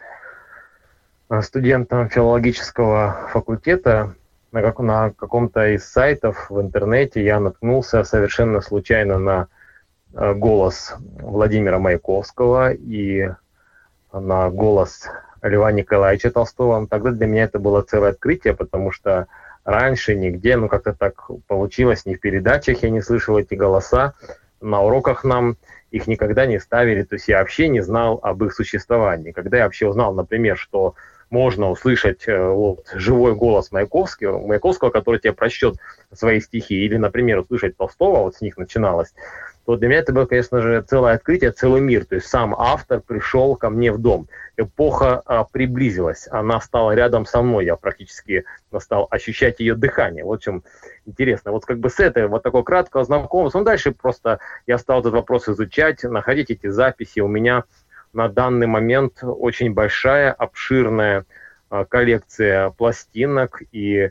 филологического факультета, на каком-то из сайтов в интернете я наткнулся совершенно случайно на голос Владимира Маяковского и на голос Льва Николаевича Толстого. Тогда для меня это было целое открытие, потому что раньше нигде, как-то так получилось, ни в передачах я не слышал эти голоса. На уроках нам их никогда не ставили, то есть я вообще не знал об их существовании. Когда я вообще узнал, например, что можно услышать живой голос Маяковского, который тебе прочтет свои стихи, или, например, услышать Толстого, с них начиналось, то для меня это было, конечно же, целое открытие, целый мир. То есть сам автор пришел ко мне в дом. Эпоха приблизилась, она стала рядом со мной, я практически стал ощущать ее дыхание. Вот в чем интересно. Вот с этой такого краткого знакомства, дальше просто я стал этот вопрос изучать, находить эти записи. У меня на данный момент очень большая, обширная коллекция пластинок и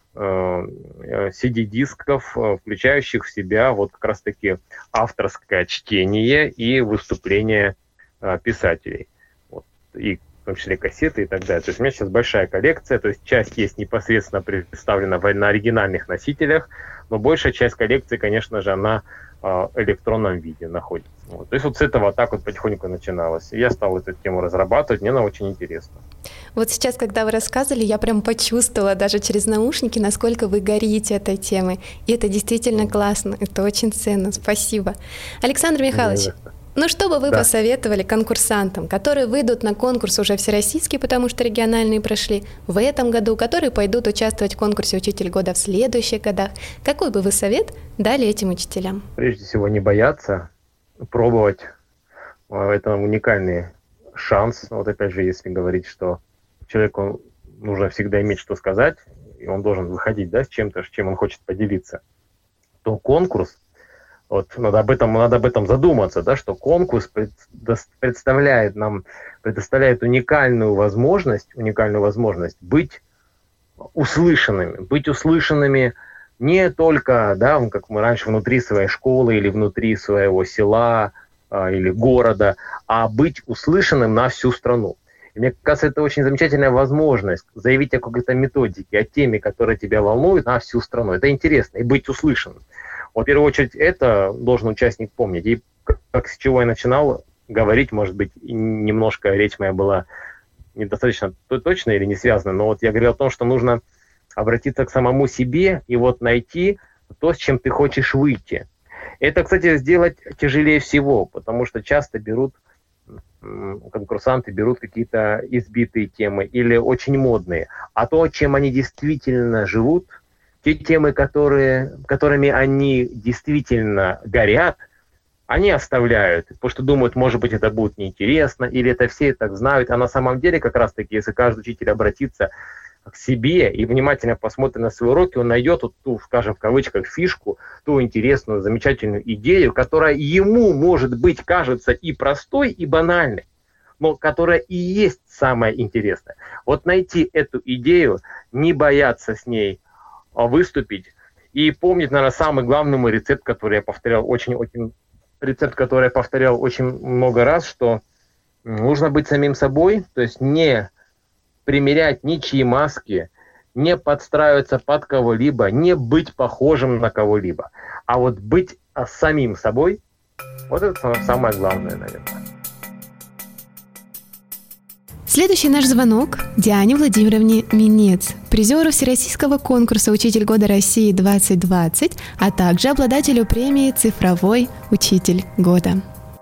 CD-дисков, включающих в себя как раз-таки авторское чтение и выступления писателей. И в том числе кассеты и так далее. То есть у меня сейчас большая коллекция, то есть часть есть непосредственно представлена на оригинальных носителях, но большая часть коллекции, конечно же, она в электронном виде находится. То есть с этого так потихоньку начиналось. И я стал эту тему разрабатывать, мне она очень интересна. Вот сейчас, когда вы рассказывали, я прям почувствовала даже через наушники, насколько вы горите этой темой. И это действительно классно, это очень ценно. Спасибо. Александр Михайлович, что бы вы посоветовали конкурсантам, которые выйдут на конкурс уже всероссийский, потому что региональные прошли в этом году, которые пойдут участвовать в конкурсе «Учитель года» в следующих годах? Какой бы вы совет дали этим учителям? Прежде всего, не бояться, пробовать. Это уникальный шанс. Опять же, если говорить, что человеку нужно всегда иметь что сказать, и он должен выходить с чем-то, чем он хочет поделиться, то конкурс, надо об этом задуматься, что конкурс предоставляет уникальную возможность быть услышанными не только, как мы раньше, внутри своей школы или внутри своего села или города, а быть услышанным на всю страну. И мне кажется, это очень замечательная возможность заявить о какой-то методике, о теме, которая тебя волнует, на всю страну. Это интересно, и быть услышанным. В первую очередь, это должен участник помнить. И как с чего я начинал говорить, может быть, немножко речь моя была недостаточно точная или не связана, но вот я говорил о том, что нужно обратиться к самому себе и вот найти то, с чем ты хочешь выйти. Это, кстати, сделать тяжелее всего, потому что часто конкурсанты берут какие-то избитые темы или очень модные. А то, чем они действительно живут, те темы, которыми они действительно горят, они оставляют, потому что думают, может быть, это будет неинтересно, или это все так знают. А на самом деле, как раз-таки, если каждый учитель обратится к себе и внимательно посмотрит на свои уроки, он найдет вот ту, скажем, в кавычках, фишку, ту интересную, замечательную идею, которая ему, может быть, кажется и простой, и банальной, но которая и есть самое интересное. Вот найти эту идею, не бояться с ней выступить и помнить, наверное, самый главный мой рецепт, который я повторял очень много раз, что нужно быть самим собой, то есть не примерять ничьи маски, не подстраиваться под кого-либо, не быть похожим на кого-либо, а вот быть самим собой, вот это самое главное, наверное. Следующий наш звонок Диане Владимировне Минец, призеру Всероссийского конкурса «Учитель года России-2020», а также обладателю премии «Цифровой учитель года».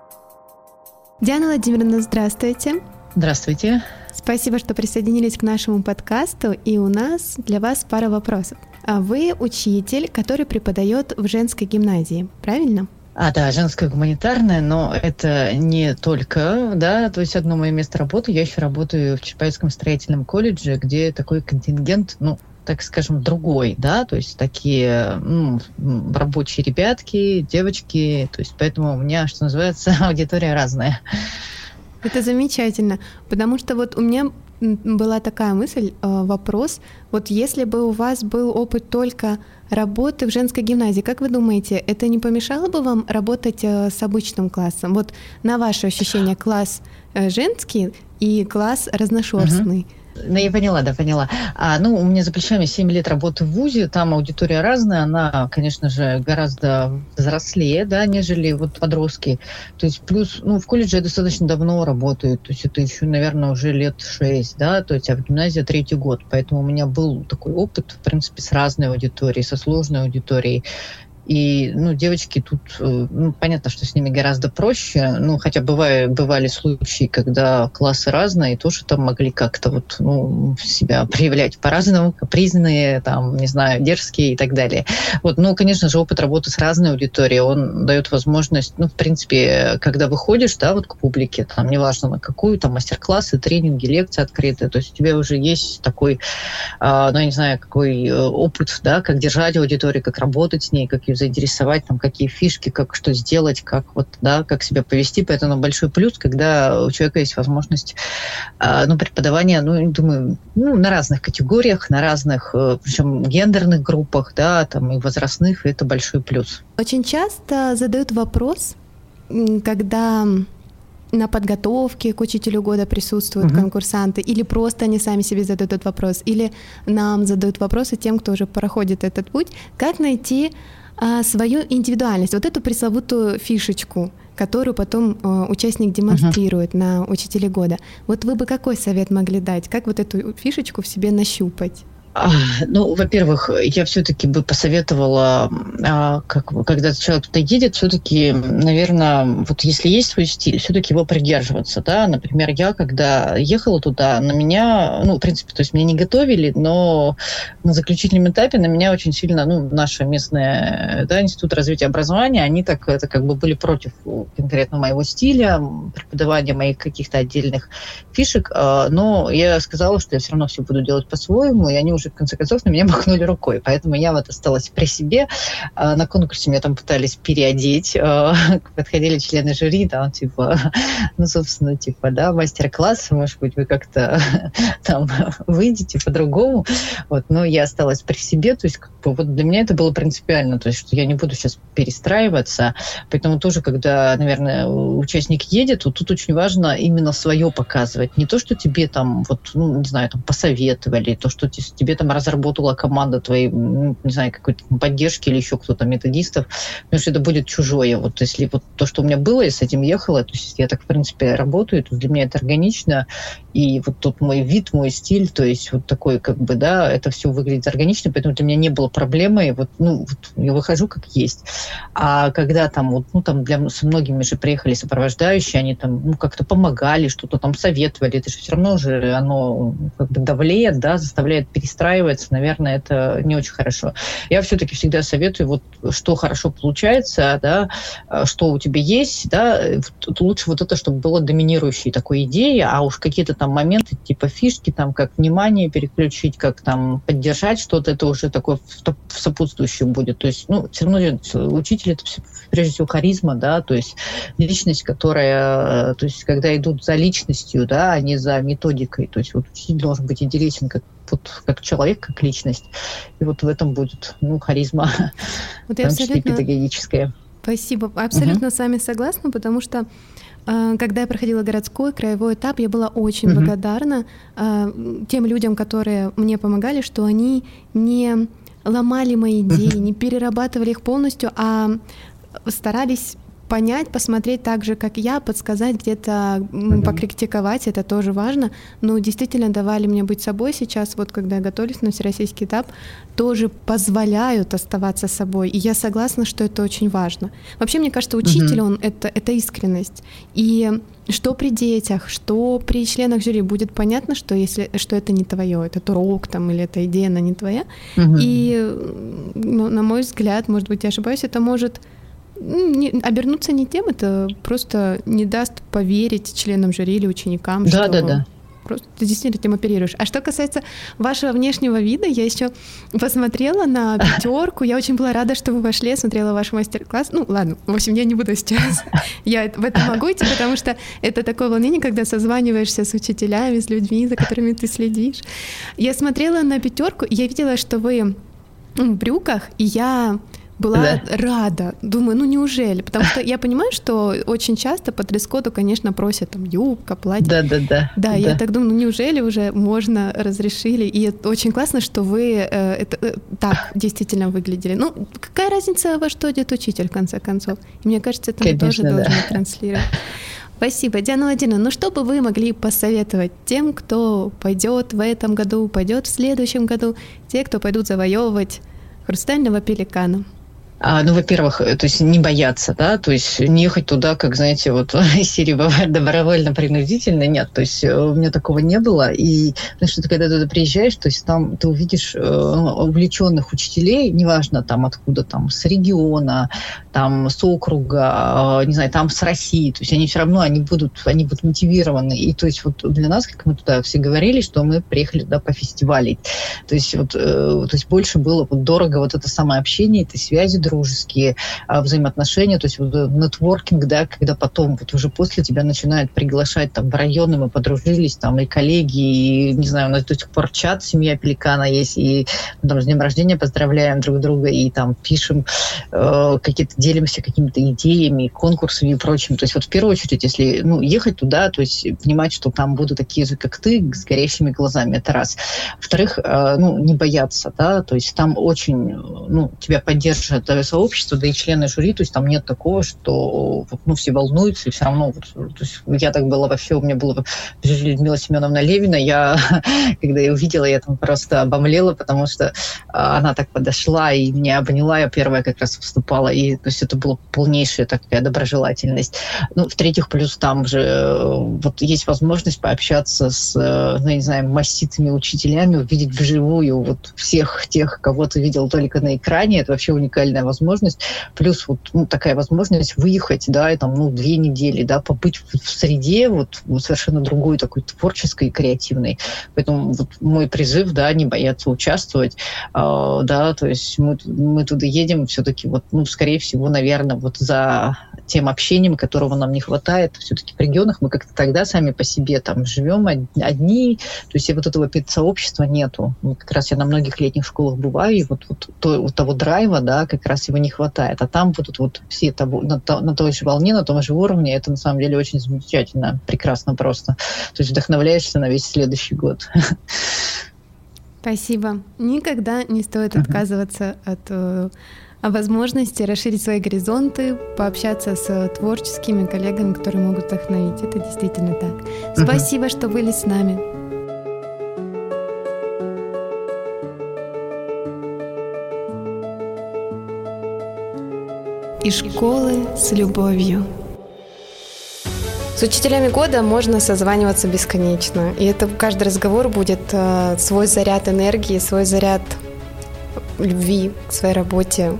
Диана Владимировна, здравствуйте. Здравствуйте. Спасибо, что присоединились к нашему подкасту, и у нас для вас пара вопросов. Вы учитель, который преподает в женской гимназии, правильно? Да, женское гуманитарное, но это не только, да, то есть одно мое место работы, я еще работаю в Чапаевском строительном колледже, где такой контингент, так скажем, другой, да, то есть такие рабочие ребятки, девочки, то есть поэтому у меня, что называется, аудитория разная. Это замечательно, потому что вот у меня была такая мысль, вопрос, вот если бы у вас был опыт только работы в женской гимназии, как вы думаете, это не помешало бы вам работать с обычным классом? Вот на ваше ощущение, класс женский и класс разношерстный. Я поняла. У меня за плечами 7 лет работы в вузе, там аудитория разная, она, конечно же, гораздо взрослее, да, нежели вот подростки. То есть плюс, в колледже я достаточно давно работаю, то есть это еще, наверное, уже лет 6, да, то есть, а в гимназии 3-й год, поэтому у меня был такой опыт, в принципе, с разной аудиторией, со сложной аудиторией. И, девочки тут, понятно, что с ними гораздо проще, хотя бывали случаи, когда классы разные, и тоже там могли как-то себя проявлять по-разному, капризные, дерзкие и так далее. Конечно же, опыт работы с разной аудиторией, он дает возможность, в принципе, когда выходишь, к публике, неважно на какую, мастер-классы, тренинги, лекции открытые, то есть у тебя уже есть такой, какой опыт, да, как держать аудиторию, как работать с ней, как ее заинтересовать, какие фишки, как что сделать, как себя повести. Поэтому большой плюс, когда у человека есть возможность преподавания, думаю, на разных категориях, на разных, причем гендерных группах, да, и возрастных, и это большой плюс. Очень часто задают вопрос, когда на подготовке к учителю года присутствуют конкурсанты, или просто они сами себе задают этот вопрос, или нам задают вопросы тем, кто уже проходит этот путь, как найти свою индивидуальность, вот эту пресловутую фишечку, которую потом участник демонстрирует на учителе года. Вот вы бы какой совет могли дать? Как вот эту фишечку в себе нащупать? Во-первых, я все-таки бы посоветовала, когда человек туда едет, все-таки, наверное, если есть свой стиль, все-таки его придерживаться, да. Например, я, когда ехала туда, на меня, в принципе, то есть меня не готовили, но на заключительном этапе на меня очень сильно, наше местное, Институт развития образования, они были против конкретно моего стиля, преподавания моих каких-то отдельных фишек, но я сказала, что я все равно все буду делать по-своему, и они уже в конце концов на меня махнули рукой. Поэтому я осталась при себе. На конкурсе меня там пытались переодеть. Подходили члены жюри, мастер-класс, может быть, вы как-то выйдете по-другому. Но я осталась при себе. То есть для меня это было принципиально. То есть, что я не буду сейчас перестраиваться. Поэтому тоже, когда, наверное, участник едет, тут очень важно именно свое показывать. Не то, что тебе посоветовали, то, что тебе тебе там разработала команда твоей, не знаю, какой-то поддержки или еще кто-то, методистов, потому что это будет чужое. Вот если вот то, что у меня было, я с этим ехала, то есть я так, в принципе, работаю, то для меня это органично, и вот тот мой вид, мой стиль, то есть вот такой, как бы, да, это все выглядит органично, поэтому для меня не было проблемы, вот, ну, вот я выхожу как есть. А когда там, вот, ну, там с многими же приехали сопровождающие, они там, ну, как-то помогали, что-то там советовали, это же все равно же оно как бы давлеет, да, заставляет перестраиваться, наверное, это не очень хорошо. Я все-таки всегда советую, вот, что хорошо получается, да, что у тебя есть, да, лучше вот это, чтобы было доминирующей такой идеей, а уж какие-то там моменты, типа фишки, там, как внимание переключить, как там поддержать что-то, это уже такое сопутствующее будет. То есть, ну, все равно учитель — это прежде всего харизма, да, то есть личность, которая, то есть когда идут за личностью, да, а не за методикой, то есть вот учитель должен быть интересен как человек, как личность, и вот в этом будет, ну, харизма, вот в том числе педагогическая. Спасибо, абсолютно с вами согласна, потому что когда я проходила городской, краевой этап, я была очень благодарна тем людям, которые мне помогали, что они не ломали мои идеи, не перерабатывали их полностью, а старались понять, посмотреть так же, как я, подсказать, где-то покритиковать, это тоже важно, но действительно давали мне быть собой сейчас, вот когда я готовлюсь на всероссийский этап, тоже позволяют оставаться собой, и я согласна, что это очень важно. Вообще, мне кажется, учитель, он это искренность, и что при детях, что при членах жюри будет понятно, что это не твое, этот урок там, или эта идея, она не твоя, и, ну, на мой взгляд, может быть, я ошибаюсь, это может обернуться не тем, это просто не даст поверить членам жюри или ученикам, что просто ты действительно этим оперируешь. А что касается вашего внешнего вида, я еще посмотрела на 5, я очень была рада, что вы вошли, смотрела ваш мастер-класс. Ну, ладно, в общем, я не буду сейчас. Я в этом могу идти, потому что это такое волнение, когда созваниваешься с учителями, с людьми, за которыми ты следишь. Я смотрела на 5, и я видела, что вы в брюках, и я была рада. Думаю, ну неужели? Потому что я понимаю, что очень часто по дресс-коду, конечно, просят там юбка, платье. Да, я так думаю, ну неужели уже можно, разрешили? И это очень классно, что вы так действительно выглядели. Ну, какая разница, во что одет учитель, в конце концов? И мне кажется, это мы тоже должны транслировать. Спасибо. Диана Владимировна, ну что бы вы могли посоветовать тем, кто пойдет в этом году, пойдет в следующем году, те, кто пойдут завоевывать хрустального пеликана? Ну, во-первых, то есть не бояться, да, то есть не ехать туда, как, знаете, вот из серии добровольно-принудительно, нет, то есть у меня такого не было, и потому что ты когда туда приезжаешь, то есть там ты увидишь увлеченных учителей, неважно там откуда, там с региона, там с округа, не знаю, там с России, то есть они все равно, они будут мотивированы, и то есть вот для нас, как мы туда все говорили, что мы приехали туда пофестивалить, то есть вот, то есть больше было вот дорого вот это самое общение, этой связи дружеские взаимоотношения, то есть вот нетворкинг, да, когда потом вот уже после тебя начинают приглашать там в районы, мы подружились, там и коллеги, и, не знаю, у нас до сих пор чат «Семья Пеликана» есть, и там с днем рождения поздравляем друг друга, и там пишем, какие-то делимся какими-то идеями, конкурсами и прочим. То есть вот в первую очередь, если ехать туда, то есть понимать, что там будут такие же, как ты, с горящими глазами, это раз. Во-вторых, не бояться, да, то есть там очень, тебя поддержат сообщество, да и члены жюри, то есть там нет такого, что все волнуются, и все равно, то есть я так была вообще, у меня была Людмила Семеновна Левина, когда я увидела, я там просто обомлела, потому что она так подошла и меня обняла, я первая как раз выступала, и то есть это была полнейшая такая доброжелательность. В-третьих, плюс там же вот есть возможность пообщаться с, не знаю, маститыми учителями, увидеть вживую вот всех тех, кого ты видел только на экране, это вообще уникальная возможность. Плюс вот такая возможность выехать, да, и там, 2 недели, да, побыть в среде вот совершенно другой, такой творческой и креативной. Поэтому вот мой призыв, да, не бояться участвовать, да, то есть мы туда едем все-таки вот, скорее всего, наверное, вот за тем общением, которого нам не хватает. Все-таки в регионах мы как-то тогда сами по себе там живем одни, то есть и вот этого сообщества нету. Как раз я на многих летних школах бываю, и вот того драйва, да, как раз его не хватает. А там будут вот все на той же волне, на том же уровне. Это на самом деле очень замечательно, прекрасно просто. То есть вдохновляешься на весь следующий год. Спасибо. Никогда не стоит отказываться от возможности расширить свои горизонты, пообщаться с творческими коллегами, которые могут вдохновить. Это действительно так. Спасибо, что были с нами. Из школы с любовью. С учителями года можно созваниваться бесконечно. И это каждый разговор будет свой заряд энергии, свой заряд любви к своей работе,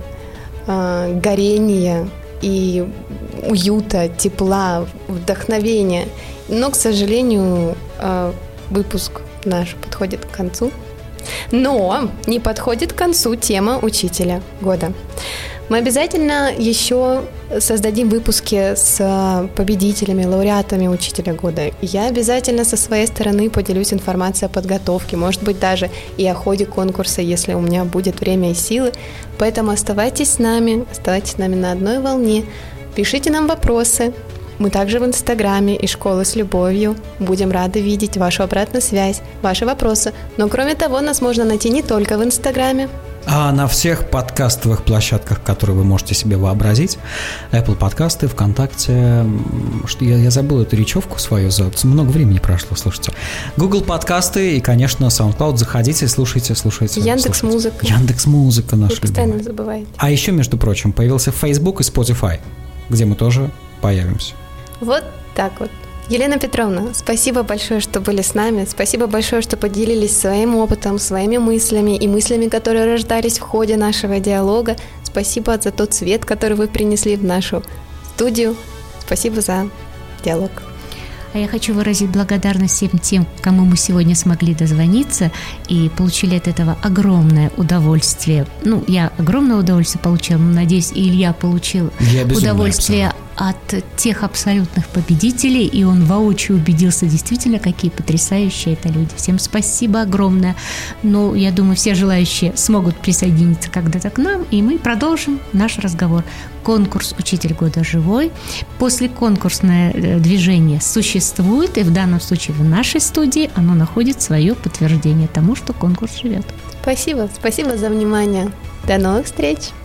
горения и уюта, тепла, вдохновения. Но, к сожалению, выпуск наш подходит к концу. Но не подходит к концу тема учителя года. Мы обязательно еще создадим выпуски с победителями, лауреатами учителя года. Я обязательно со своей стороны поделюсь информацией о подготовке, может быть, даже и о ходе конкурса, если у меня будет время и силы. Поэтому оставайтесь с нами на одной волне. Пишите нам вопросы. Мы также в Инстаграме и «Школа с любовью». Будем рады видеть вашу обратную связь, ваши вопросы. Но кроме того, нас можно найти не только в Инстаграме. А на всех подкастовых площадках, которые вы можете себе вообразить, Apple подкасты, ВКонтакте, что я забыл эту речевку свою, много времени прошло, слушайте. Google подкасты и, конечно, SoundCloud, заходите, слушайте. Яндекс.Музыка. Яндекс.Музыка наша. Вы постоянно забываете. А еще, между прочим, появился Facebook и Spotify, где мы тоже появимся. Вот так вот. Елена Петровна, спасибо большое, что были с нами. Спасибо большое, что поделились своим опытом, своими мыслями и мыслями, которые рождались в ходе нашего диалога. Спасибо за тот свет, который вы принесли в нашу студию. Спасибо за диалог. А я хочу выразить благодарность всем тем, кому мы сегодня смогли дозвониться и получили от этого огромное удовольствие. Я огромное удовольствие получила, но, надеюсь, и Илья получил удовольствие от тех абсолютных победителей, и он воочию убедился действительно, какие потрясающие это люди. Всем спасибо огромное. Я думаю, все желающие смогут присоединиться когда-то к нам, и мы продолжим наш разговор. Конкурс «Учитель года живой». Послеконкурсное движение существует, и в данном случае в нашей студии оно находит свое подтверждение тому, что конкурс живет. Спасибо за внимание. До новых встреч!